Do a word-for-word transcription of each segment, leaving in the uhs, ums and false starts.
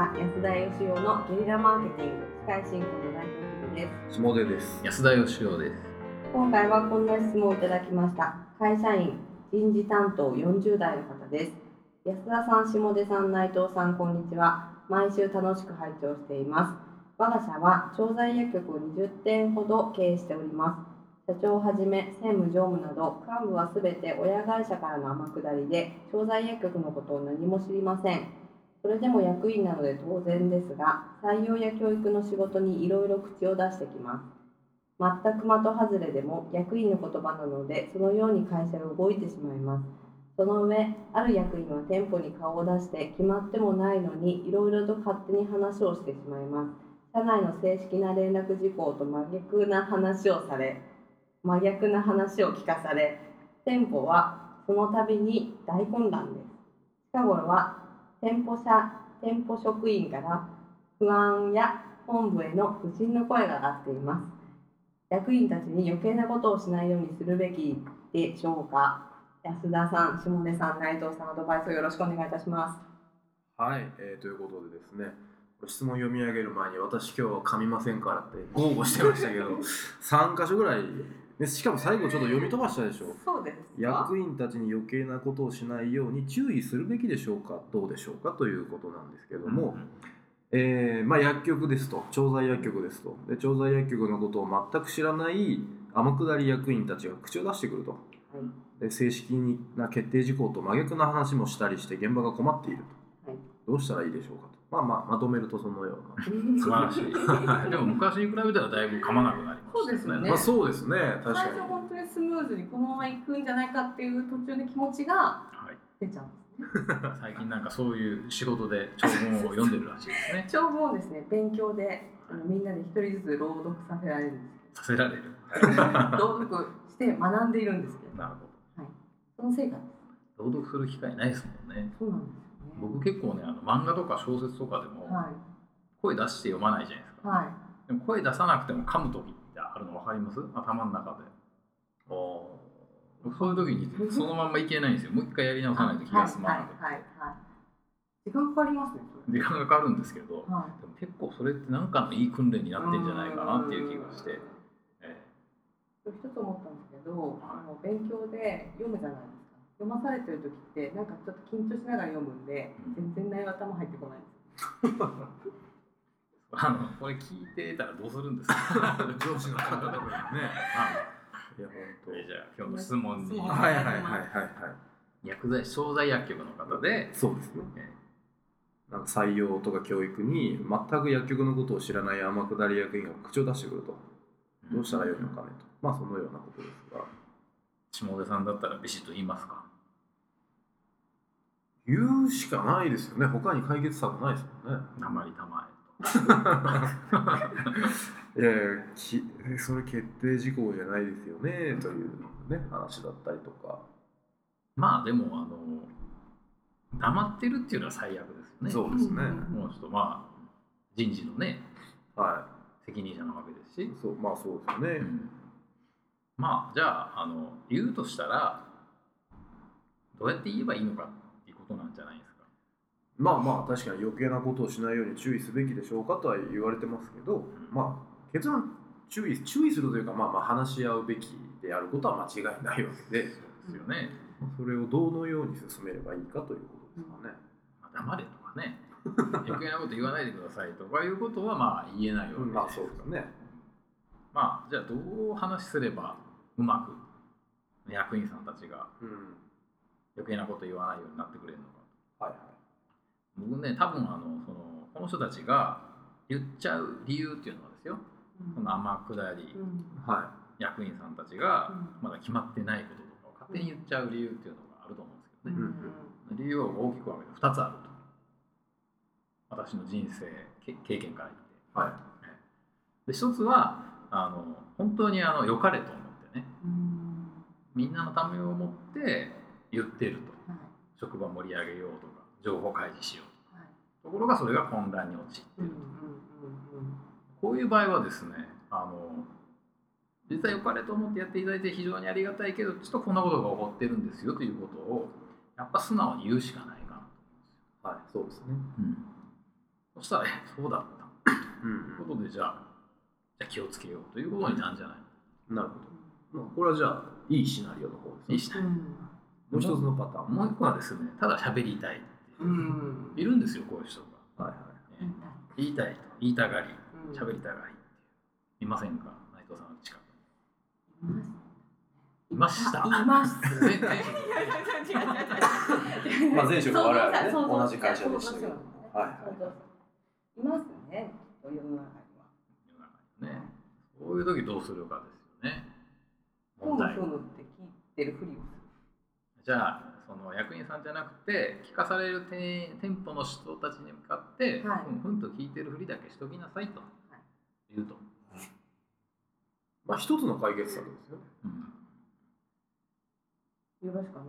は安田義雄のゲリラマーケティング司会進行の内藤です。 下出です。 安田義雄です。 今回はこんな質問をいただきました。会社員人事担当よんじゅう代の方です。安田さん、下出さん、内藤さん、こんにちは。毎週楽しく拝聴しています。我が社は調剤薬局をにじゅってんほど経営しております。社長をはじめ専務常務など幹部はすべて親会社からの天下りで調剤薬局のことを何も知りません。それでも役員なので当然ですが、採用や教育の仕事にいろいろ口を出してきます。全く的外れでも役員の言葉なので、そのように会社が動いてしまいます。その上、ある役員は店舗に顔を出して決まってもないのにいろいろと勝手に話をしてしまいます。社内の正式な連絡事項と真逆な話をされ、真逆な話を聞かされ、店舗はその度に大混乱です。近頃は店舗社、店舗職員から不安や本部への不信の声が上がっています。役員たちに余計なことをしないようにするべきでしょうか。安田さん、下出さん、内藤さん、アドバイスをよろしくお願いいたします。 はい、えー、ということでですね、質問読み上げる前に私今日は噛みませんからって豪語してましたけどさん箇所ぐらい、ね、しかも最後ちょっと読み飛ばしたでしょ。 そうですか。 役員たちに余計なことをしないように注意するべきでしょうか、どうでしょうかということなんですけども、うんえーまあ、薬局ですと、調剤薬局ですと、で調剤薬局のことを全く知らない天下り役員たちが口を出してくると、はい、で正式な決定事項と真逆な話もしたりして現場が困っていると、はい、どうしたらいいでしょうかと、まあまあまとめるとそのような素晴らしいでも昔に比べたらだいぶ噛まなくなりましたね。 そうですよね、 まあ、そうですね、確かに最初本当にスムーズにこのまま行くんじゃないかっていう途中で気持ちが出ちゃうんですね、はい、 最近なんかそういう仕事で長文を読んでるらしいですね。 長文をですね、勉強であのみんなで一人ずつ朗読させられるんですさせられる朗読して学んでいるんですけど、 なるほど、はい、その成果です。 朗読する機会ないですもんね。 そうなんですよね。 僕結構ね、あの漫画とか小説とかでも、はい、声出して読まないじゃないですか、はい、でも声出さなくても噛む時ってあるの分かります？頭の中で。おそういう時にそのまんまいけないんですよ。もう一回やり直さないと気が済まない。 はいはいはいはい、時間かかりますね。 時間がかかるんですけど、はい、でも結構それって何かのいい訓練になってんじゃないかなっていう気がして、えー、一つ思ったんですけど、はい、あの勉強で読むじゃないですか。読まされてる時ってなんかちょっと緊張しながら読むんで、うん、全然内容頭入ってこないんですよあのこれ聞いてたらどうするんですか上司の方だからね。 いや本当。じゃあ今日の質問に、 はいはいはいはいはい。 薬剤調剤薬局の方で、 そうですね。なんか採用とか教育に全く薬局のことを知らない天下り役員が口を出してくると、どうしたらよいのかねと、まあそのようなことですが、 下出さんだったらビシッと言いますか？ 言うしかないですよね。他に解決策ないですもんね。 たまりたまえ。いやいやきそれ決定事項じゃないですよねというね話だったりとか。 まあでもあの黙ってるっていうのは最悪ですよね。 そうですね。 もうちょっとまあ人事のね、 はい、 責任者なわけですし。 そうまあそうですよね。うん、 まあじゃあ、あの言うとしたらどうやって言えばいいのかっていうことなんじゃないですか。 まあまあ確かに余計なことをしないように注意すべきでしょうかとは言われてますけど、うん、まあ結論注意注意するというか、まあまあ話し合うべきであることは間違いないわけで、 そうですよね。 それをどのように進めればいいかということですかね。 まあ、黙れとかね余計なこと言わないでくださいとかいうことはまあ言えないわけで、 まあそうですね。 まあじゃあどう話すればうまく役員さんたちが余計なこと言わないようになってくれるのか、はいはい、僕ね多分あのそのこの人たちが言っちゃう理由っていうのはですよ、うん、この天下り、うんはい、役員さんたちがまだ決まってないこととかを勝手に言っちゃう理由っていうのがあると思うんですけどね、うん、理由を大きく分けてふたつあると、私の人生経験から言って、はい、でひとつはあの本当にあの良かれと思ってね、うん、みんなのためを思って言ってると、はい、職場盛り上げようとか情報開示しようと、はい、ところがそれが混乱に陥っていると、うんうんうんうん、こういう場合はですね、あの実は良かれと思ってやっていただいて非常にありがたいけどちょっとこんなことが起こってるんですよということをやっぱ素直に言うしかないかなと思うんですよ。 はい、そうですね、 そしたらそうだったということで、じゃあじゃあ気をつけようということになるんじゃない。 なるほど、まあ、これはじゃあいいシナリオの方ですね。 いいシナリオ、 もう一つのパターン、 もう一個はですね、ただ喋りたいっていう、いるんですよこういう人が、はいはい、言いたいと言いたがり喋りたがりっていう、いませんか内藤さんの近くに。いました。 います。 まあ前職我々ね同じ会社でしたけど、はいはい。 いますね。世の中には。 世の中にね。そういう時どうするかですよね。 問題。そうって聞いてるふりをする。 じゃあその役員さんじゃなくて聞かされる店舗の人たちに向かって、はい、ふんふんと聞いてるふりだけしときなさいと言うと。 まあ一つの解決策ですよね。 うん、よろしくはない。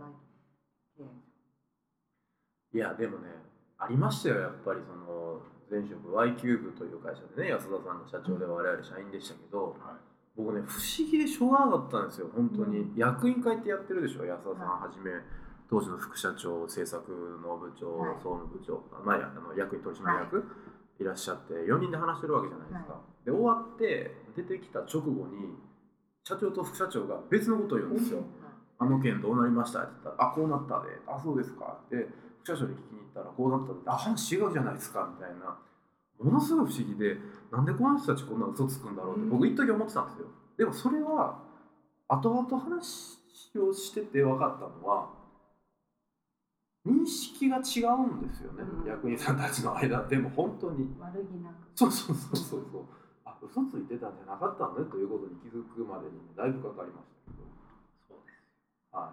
いやでもねありましたよ、やっぱりその前職 ワイキューブ という会社でね、安田さんの社長で我々社員でしたけど、はい、僕ね不思議でしょうがなかったんですよ本当に、うん、役員会ってやってるでしょ、安田さんはじめ、はい、当時の副社長、政策の部長、はい、総務部長、まあ、あの役員取締役、はい、いらっしゃってよにんで話してるわけじゃないですか、はい、で終わって出てきた直後に社長と副社長が別のことを言うんですよ、あの件どうなりましたって言ったら、あ、こうなったで、あ、そうですかって、副社長に聞きに行ったら、こうなったで、あ、話違うじゃないですかみたいな、ものすごい不思議で、なんでこの人たちこんな嘘つくんだろうって、僕一時思ってたんですよ。でもそれは、後々話をしてて分かったのは、認識が違うんですよね、うん、役員さんたちの間でも本当に。 悪気なく。 そうそうそうそうそう。あ、嘘ついてたんじゃなかったのねということに気づくまでにだいぶかかりましたけど。 そうです。 はい。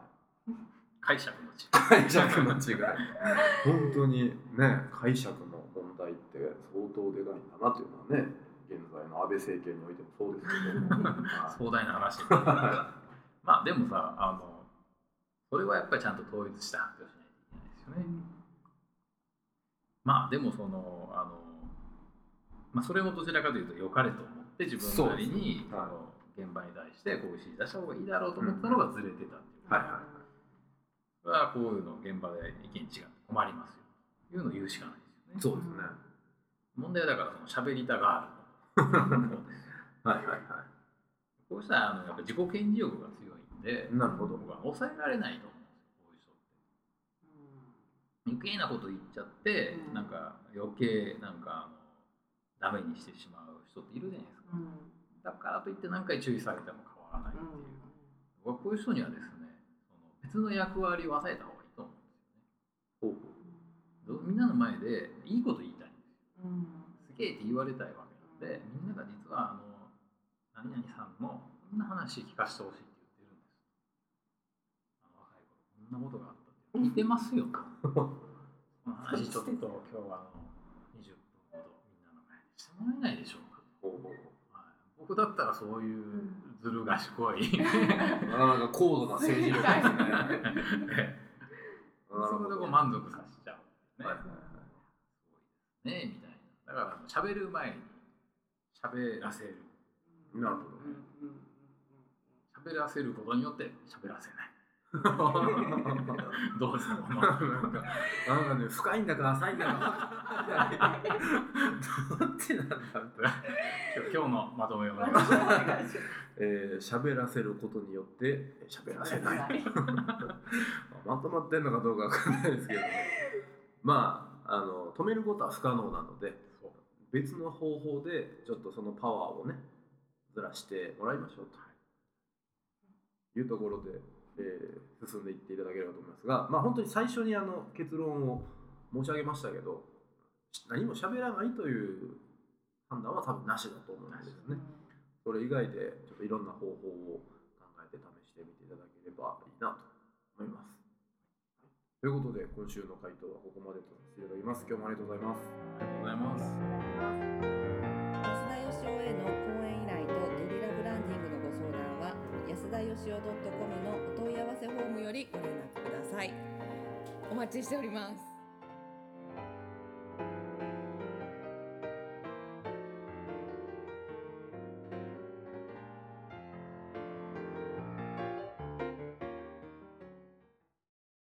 解釈の違解い。 釈の違い。本当にね、解釈の問題って相当でかいんだなというのはね、現在の安倍政権においてもそうですけども。 壮大な話。まあでもさ、あのそれはやっぱりちゃんと統一した発表しないといけないですよね。うん、まあでもそのあの、まあ、それもどちらかというと良かれと思って自分なりに、はい、現場に対してこういう指示出した方がいいだろうと思ったのがずれてたっていう、うん、はいはいはい。それはこういうの現場で意見違って困りますよというのを言うしかないですよね。 そうですね。 問題はだからその喋りたがるはいはいはい。こうしたらあのやっぱ自己顕示欲が強いんで、 なるほど。 僕は抑えられないと思うんですよ、こういう人って。余計なこと言っちゃって、うん、なんか余計なんかあのダメにしてしまう人っているじゃないですか。うん、だからといって何回注意されても変わらないっていう。うん、僕はこういう人にはですね、その別の役割を与えた方がいいと思うんですよね。みんなの前でいいこと言いたいんですよ。うん、すげえって言われたいわけなんで、みんなが実はあの何々さんのこんな話聞かせてほしいって言ってるんです。あの若い頃こんなことがあったって聞いてますよと。この話ちょっと今日はあのにじゅっぷんほどみんなの前にしてもらえないでしょうか。はい、僕だったらそういうずる賢いなかなか高度な政治力ですね。 そこでこう満足させちゃう、ね。はいはいはい、ねみたいな。だから喋る前に喋らせる。 なるほどね。 喋らせることによって喋らせない。どうですか。なんか、 なんかね、深いんだか浅いんだか。どっちなんだって。 今日のまとめをお願いします。 えー、喋らせることによって喋らせない。まとまってんのかどうかわかんないですけどね。まあ、あの止めることは不可能なので、別の方法でちょっとそのパワーをねずらしてもらいましょうというところで、えー、進んでいっていただければと思いますが、まあ本当に最初にあの結論を申し上げましたけど、何も喋らないという判断は多分なしだと思うんですね。それ以外でちょっといろんな方法を考えて試してみていただければいいなと思います。ということで今週の回答はここまでとさせていただきます。今日もありがとうございます。 ありがとうございます。 安田義雄への講演依頼とゲリラブランディングのご相談は安田義雄 .com のお問い合わせフォームよりご連絡ください。お待ちしております。